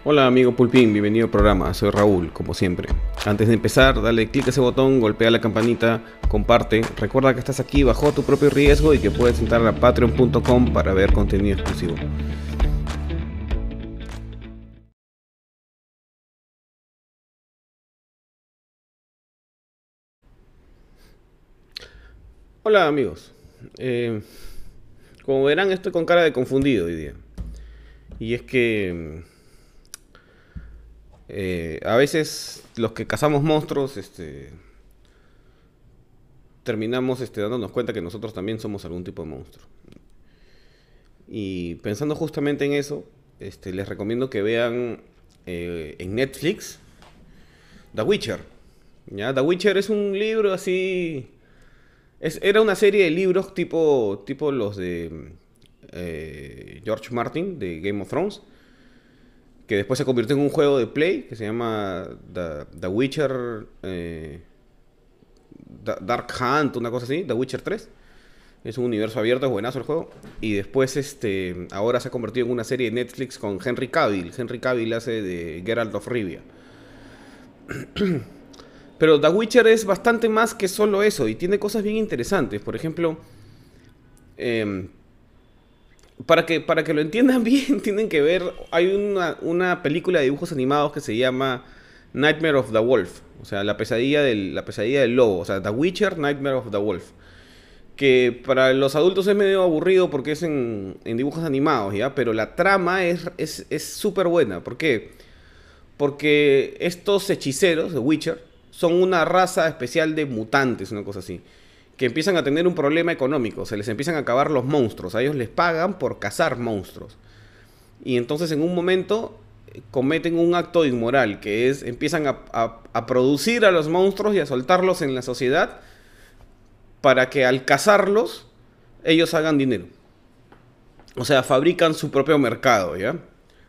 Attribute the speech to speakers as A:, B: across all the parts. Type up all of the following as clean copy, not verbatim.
A: Hola amigo Pulpín, bienvenido al programa, soy Raúl, como siempre. Antes de empezar, dale clic a ese botón, golpea la campanita, comparte. Recuerda que estás aquí bajo tu propio riesgo y que puedes entrar a patreon.com para ver contenido exclusivo. Hola amigos, Eh, como verán estoy con cara de confundido hoy día. Y es que a veces los que cazamos monstruos terminamos dándonos cuenta que nosotros también somos algún tipo de monstruo. Y pensando justamente en eso, les recomiendo que vean en Netflix The Witcher. ¿Ya? The Witcher es un libro así. Era una serie de libros tipo los de George Martin de Game of Thrones, que después se convirtió en un juego de Play que se llama The Witcher Dark Hunt, una cosa así, The Witcher 3. Es un universo abierto, es buenazo el juego. Y después, ahora se ha convertido en una serie de Netflix con Henry Cavill. Henry Cavill hace de Geralt of Rivia. Pero The Witcher es bastante más que solo eso y tiene cosas bien interesantes. Por ejemplo, eh, para que lo entiendan bien, tienen que ver. Hay una película de dibujos animados que se llama Nightmare of the Wolf. O sea, la pesadilla del lobo. O sea, The Witcher, Nightmare of the Wolf. Que para los adultos es medio aburrido porque es en dibujos animados, ¿ya? Pero la trama es súper buena. ¿Por qué? Porque estos hechiceros de Witcher son una raza especial de mutantes, una cosa así, que empiezan a tener un problema económico, se les empiezan a acabar los monstruos, a ellos les pagan por cazar monstruos. Y entonces en un momento cometen un acto inmoral, que es empiezan a producir a los monstruos y a soltarlos en la sociedad para que al cazarlos ellos hagan dinero. O sea, fabrican su propio mercado, ¿ya?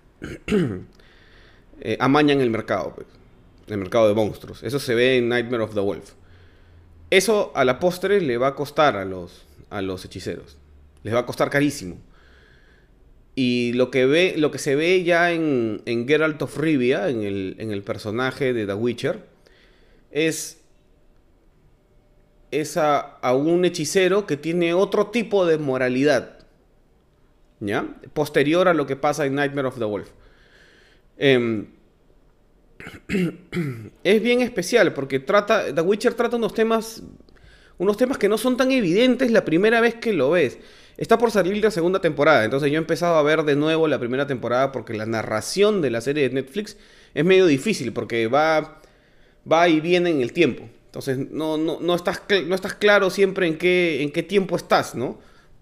A: Amañan el mercado, pues, el mercado de monstruos. Eso se ve en Nightmare of the Wolf. Eso a la postre le va a costar a los hechiceros. Les va a costar carísimo. Y lo que se ve ya en Geralt of Rivia, en el personaje de The Witcher, es, es a un hechicero que tiene otro tipo de moralidad, ¿ya? Posterior a lo que pasa en Nightmare of the Wolf. Em, es bien especial porque The Witcher trata unos temas que no son tan evidentes la primera vez que lo ves. Está por salir la segunda temporada, entonces yo he empezado a ver de nuevo la primera temporada porque la narración de la serie de Netflix es medio difícil porque va y viene en el tiempo. Entonces no estás claro siempre en qué tiempo estás, ¿no?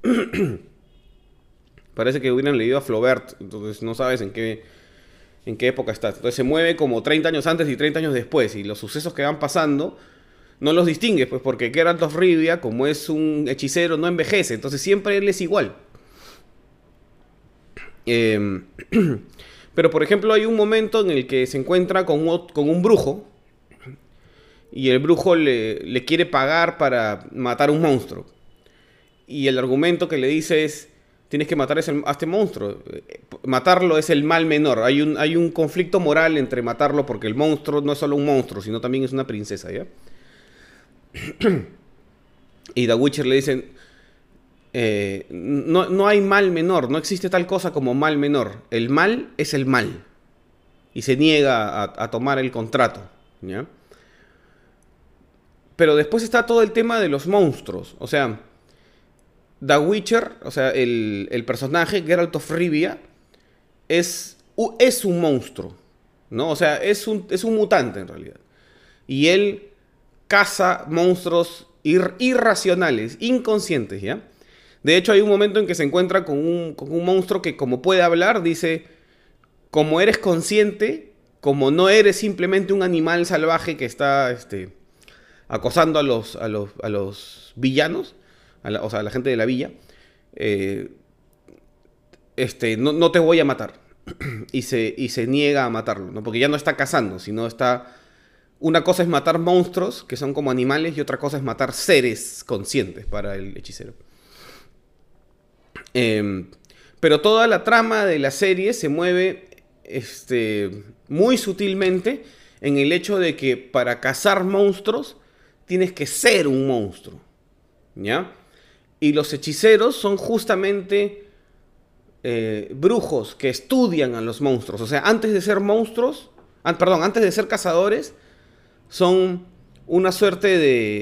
A: Parece que hubieran leído a Flaubert, entonces no sabes en qué época estás. Entonces se mueve como 30 años antes y 30 años después. Y los sucesos que van pasando no los distingues, pues porque Geralt of Rivia, como es un hechicero, no envejece. Entonces siempre él es igual. Eh, pero por ejemplo hay un momento en el que se encuentra con un brujo. Y el brujo le quiere pagar para matar un monstruo. Y el argumento que le dice es, tienes que matar a este monstruo. Matarlo es el mal menor. Hay un conflicto moral entre matarlo porque el monstruo no es solo un monstruo, sino también es una princesa, ¿ya? Y The Witcher le dicen, no hay mal menor, no existe tal cosa como mal menor. El mal es el mal. Y se niega a tomar el contrato, ¿ya? Pero después está todo el tema de los monstruos. O sea, The Witcher, o sea, el personaje, Geralt of Rivia, es un monstruo, ¿no? O sea, es un mutante en realidad. Y él caza monstruos irracionales, inconscientes, ¿ya? De hecho, hay un momento en que se encuentra con un monstruo que, como puede hablar, dice, como eres consciente, como no eres simplemente un animal salvaje que está acosando a los villanos, o sea, a la gente de la villa, eh, no te voy a matar. y se niega a matarlo, ¿no? Porque ya no está cazando, sino está. Una cosa es matar monstruos, que son como animales, y otra cosa es matar seres conscientes para el hechicero. Pero toda la trama de la serie se mueve muy sutilmente en el hecho de que para cazar monstruos tienes que ser un monstruo, ¿ya? Y los hechiceros son justamente brujos que estudian a los monstruos. O sea, antes de ser monstruos, antes de ser cazadores, son una suerte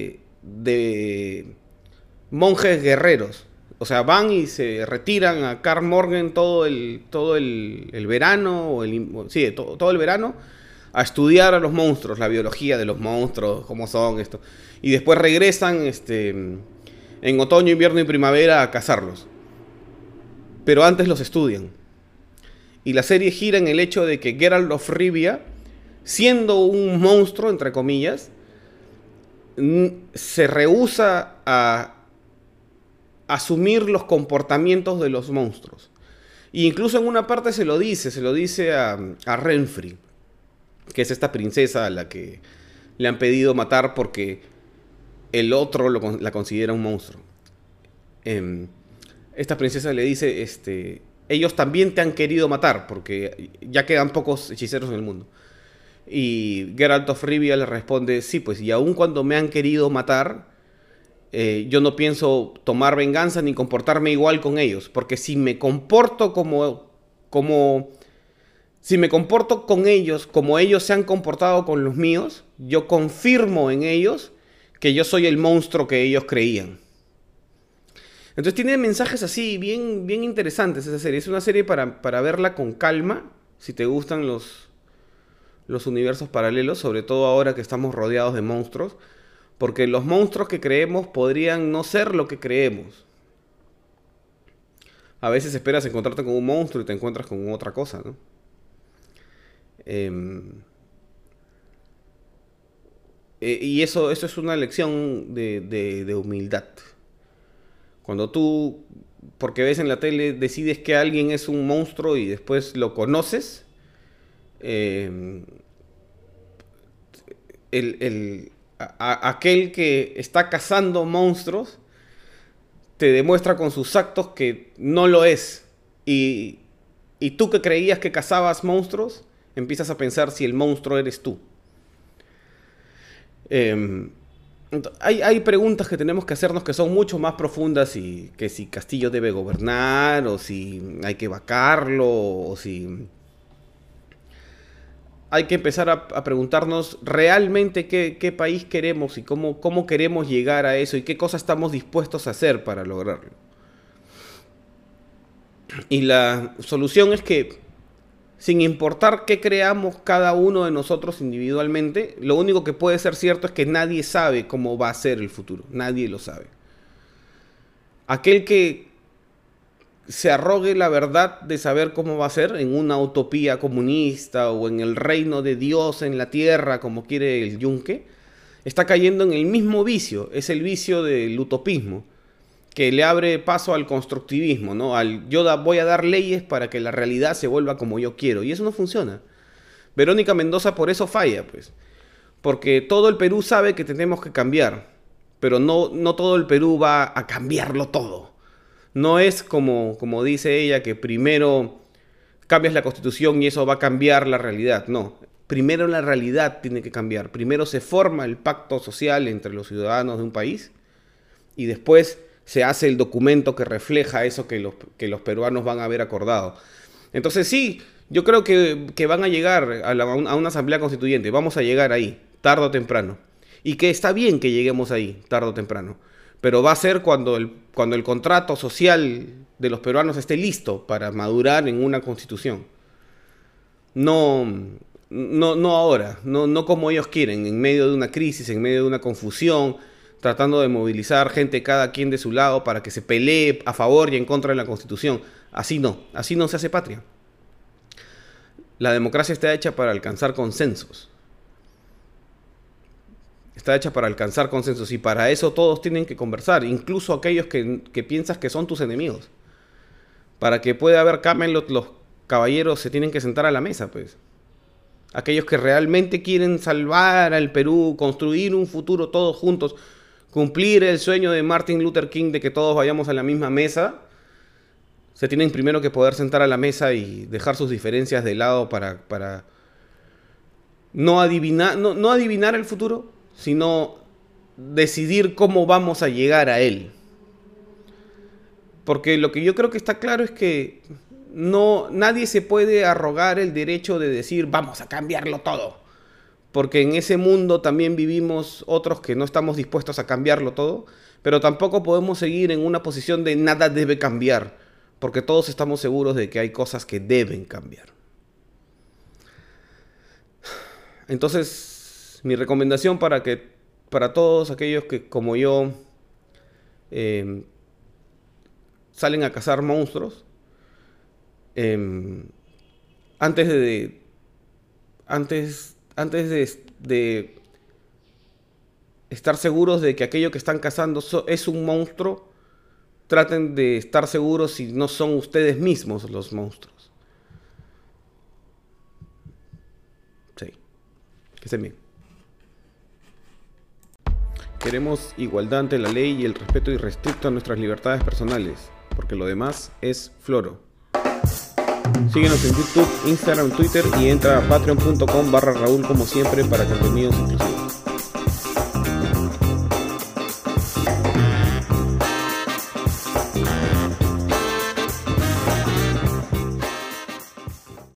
A: de monjes guerreros. O sea, van y se retiran a Kaer Morhen todo el verano, todo el verano, a estudiar a los monstruos, la biología de los monstruos, cómo son esto. Y después regresan en otoño, invierno y primavera a cazarlos. Pero antes los estudian. Y la serie gira en el hecho de que Geralt of Rivia, siendo un monstruo, entre comillas, se rehúsa a asumir los comportamientos de los monstruos. E incluso en una parte se lo dice a Renfri, que es esta princesa a la que le han pedido matar porque el otro la considera un monstruo. Esta princesa le dice, ellos también te han querido matar porque ya quedan pocos hechiceros en el mundo. Y Geralt of Rivia le responde, sí, pues, y aun cuando me han querido matar, yo no pienso tomar venganza ni comportarme igual con ellos, porque si me comporto si me comporto con ellos como ellos se han comportado con los míos, yo confirmo en ellos que yo soy el monstruo que ellos creían. Entonces tiene mensajes así bien, bien interesantes esa serie. Es una serie para verla con calma, si te gustan los universos paralelos, sobre todo ahora que estamos rodeados de monstruos. Porque los monstruos que creemos podrían no ser lo que creemos. A veces esperas encontrarte con un monstruo y te encuentras con otra cosa, ¿no? Y eso es una lección de humildad. Cuando tú, porque ves en la tele, decides que alguien es un monstruo y después lo conoces, aquel que está cazando monstruos te demuestra con sus actos que no lo es. Y tú que creías que cazabas monstruos, empiezas a pensar si el monstruo eres tú. Hay preguntas que tenemos que hacernos que son mucho más profundas, y que si Castillo debe gobernar, o si hay que vacarlo, o si hay que empezar a preguntarnos realmente qué país queremos y cómo queremos llegar a eso y qué cosas estamos dispuestos a hacer para lograrlo. Y la solución es que, sin importar qué creamos cada uno de nosotros individualmente, lo único que puede ser cierto es que nadie sabe cómo va a ser el futuro. Nadie lo sabe. Aquel que se arrogue la verdad de saber cómo va a ser en una utopía comunista o en el reino de Dios en la tierra, como quiere el yunque, está cayendo en el mismo vicio. Es el vicio del utopismo, que le abre paso al constructivismo, ¿no? Voy a dar leyes para que la realidad se vuelva como yo quiero. Y eso no funciona. Verónica Mendoza por eso falla, pues. Porque todo el Perú sabe que tenemos que cambiar, pero no todo el Perú va a cambiarlo todo. No es como dice ella, que primero cambias la Constitución y eso va a cambiar la realidad. No, primero la realidad tiene que cambiar. Primero se forma el pacto social entre los ciudadanos de un país y después se hace el documento que refleja eso que los peruanos van a haber acordado. Entonces sí, yo creo que van a llegar a una asamblea constituyente. Vamos a llegar ahí, tarde o temprano. Y que está bien que lleguemos ahí, tarde o temprano. Pero va a ser cuando el contrato social de los peruanos esté listo para madurar en una constitución. No ahora, no como ellos quieren, en medio de una crisis, en medio de una confusión, tratando de movilizar gente cada quien de su lado para que se pelee a favor y en contra de la Constitución. Así no se hace patria. La democracia está hecha para alcanzar consensos. Está hecha para alcanzar consensos y para eso todos tienen que conversar, incluso aquellos que piensas que son tus enemigos. Para que pueda haber Camelot, los caballeros se tienen que sentar a la mesa, pues. Aquellos que realmente quieren salvar al Perú, construir un futuro todos juntos, cumplir el sueño de Martin Luther King de que todos vayamos a la misma mesa, Se tienen primero que poder sentar a la mesa y dejar sus diferencias de lado para no adivinar, no adivinar el futuro, sino decidir cómo vamos a llegar a él. Porque lo que yo creo que está claro es que nadie se puede arrogar el derecho de decir vamos a cambiarlo todo. Porque en ese mundo también vivimos otros que no estamos dispuestos a cambiarlo todo, pero tampoco podemos seguir en una posición de nada debe cambiar, porque todos estamos seguros de que hay cosas que deben cambiar. Entonces, mi recomendación para todos aquellos que, como yo, salen a cazar monstruos, antes de estar seguros de que aquello que están cazando es un monstruo, traten de estar seguros si no son ustedes mismos los monstruos. Sí, que estén bien. Queremos igualdad ante la ley y el respeto irrestricto a nuestras libertades personales, porque lo demás es floro. Síguenos en YouTube, Instagram, Twitter y entra a patreon.com/Raúl como siempre para contenidos exclusivos.